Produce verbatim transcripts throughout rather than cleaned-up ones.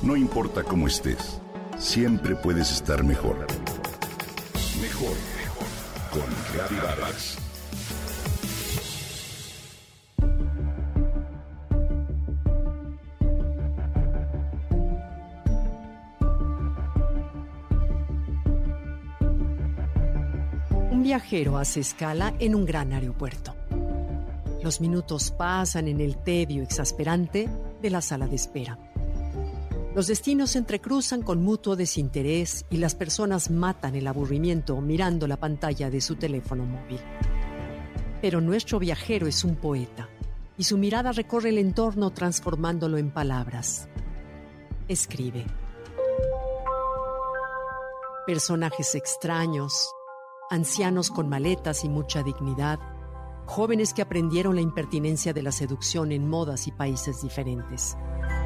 No importa cómo estés, siempre puedes estar mejor. Mejor, mejor. Con Gaby Vargas. Un viajero hace escala en un gran aeropuerto. Los minutos pasan en el tedio exasperante de la sala de espera. Los destinos se entrecruzan con mutuo desinterés y las personas matan el aburrimiento mirando la pantalla de su teléfono móvil. Pero nuestro viajero es un poeta y su mirada recorre el entorno transformándolo en palabras. Escribe. Personajes extraños, ancianos con maletas y mucha dignidad, jóvenes que aprendieron la impertinencia de la seducción en modas y países diferentes.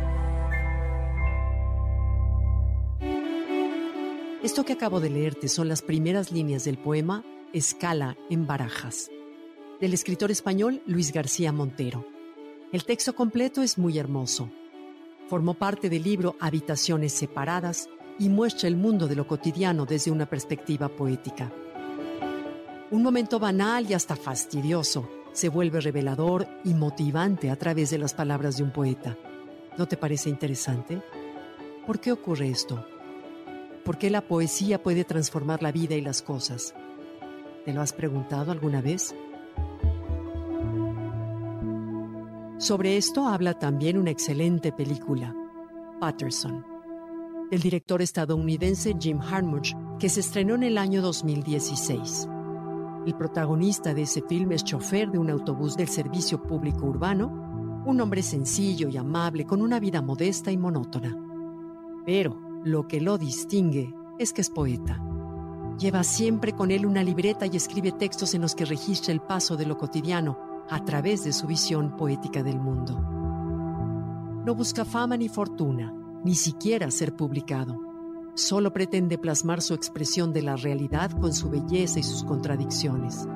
Esto que acabo de leerte son las primeras líneas del poema Escala en Barajas, del escritor español Luis García Montero. El texto completo es muy hermoso. Formó parte del libro Habitaciones separadas y muestra el mundo de lo cotidiano desde una perspectiva poética. Un momento banal y hasta fastidioso se vuelve revelador y motivante a través de las palabras de un poeta. ¿No te parece interesante? ¿Por qué ocurre esto? ¿Por qué la poesía puede transformar la vida y las cosas? ¿Te lo has preguntado alguna vez? Sobre esto habla también una excelente película, Paterson, del director estadounidense Jim Jarmusch, que se estrenó en el año dos mil dieciséis. El protagonista de ese film es chofer de un autobús del servicio público urbano, un hombre sencillo y amable con una vida modesta y monótona. Pero lo que lo distingue es que es poeta. Lleva siempre con él una libreta y escribe textos en los que registra el paso de lo cotidiano a través de su visión poética del mundo. No busca fama ni fortuna, ni siquiera ser publicado. Solo pretende plasmar su expresión de la realidad con su belleza y sus contradicciones.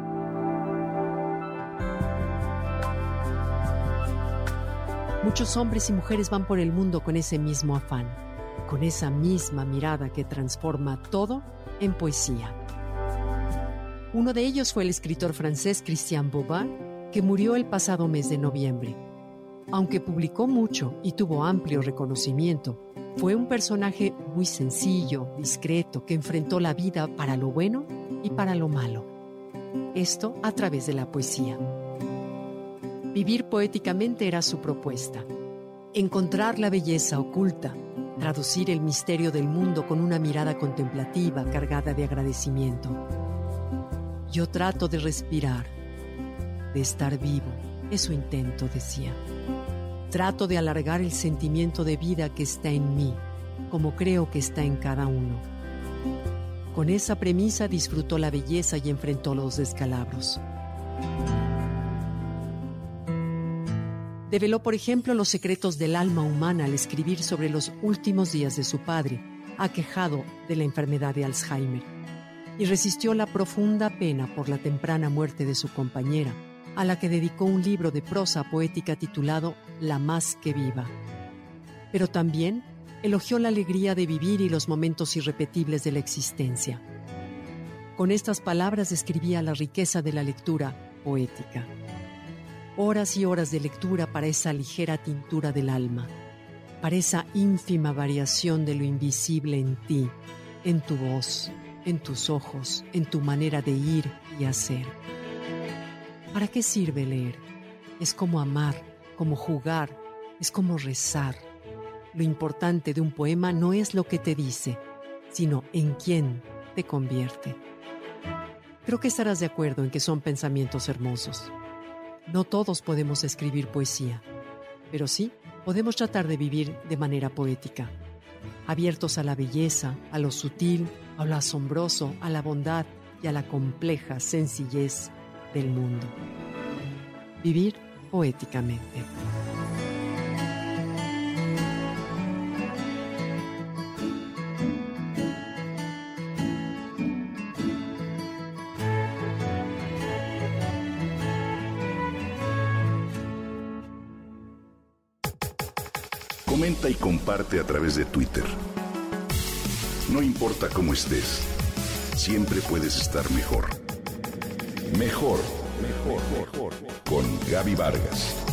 Muchos hombres y mujeres van por el mundo con ese mismo afán, con esa misma mirada que transforma todo en poesía. Uno de ellos fue el escritor francés Christian Bobard, que murió el pasado mes de noviembre. Aunque publicó mucho y tuvo amplio reconocimiento, fue un personaje muy sencillo, discreto, que enfrentó la vida para lo bueno y para lo malo. Esto a través de la poesía. Vivir poéticamente era su propuesta. Encontrar la belleza oculta, traducir el misterio del mundo con una mirada contemplativa cargada de agradecimiento. Yo trato de respirar, de estar vivo, es su intento, decía. Trato de alargar el sentimiento de vida que está en mí, como creo que está en cada uno. Con esa premisa disfrutó la belleza y enfrentó los descalabros. Develó, por ejemplo, los secretos del alma humana al escribir sobre los últimos días de su padre, aquejado de la enfermedad de Alzheimer, y resistió la profunda pena por la temprana muerte de su compañera, a la que dedicó un libro de prosa poética titulado La más que viva. Pero también elogió la alegría de vivir y los momentos irrepetibles de la existencia. Con estas palabras describía la riqueza de la lectura poética. Horas y horas de lectura para esa ligera tintura del alma, para esa ínfima variación de lo invisible en ti, en tu voz, en tus ojos, en tu manera de ir y hacer. ¿Para qué sirve leer? Es como amar, como jugar, es como rezar. Lo importante de un poema no es lo que te dice, sino en quién te convierte. Creo que estarás de acuerdo en que son pensamientos hermosos. No todos podemos escribir poesía, pero sí podemos tratar de vivir de manera poética, abiertos a la belleza, a lo sutil, a lo asombroso, a la bondad y a la compleja sencillez del mundo. Vivir poéticamente. Comenta y comparte a través de Twitter. No importa cómo estés, siempre puedes estar mejor. Mejor, mejor, mejor. Con Gaby Vargas.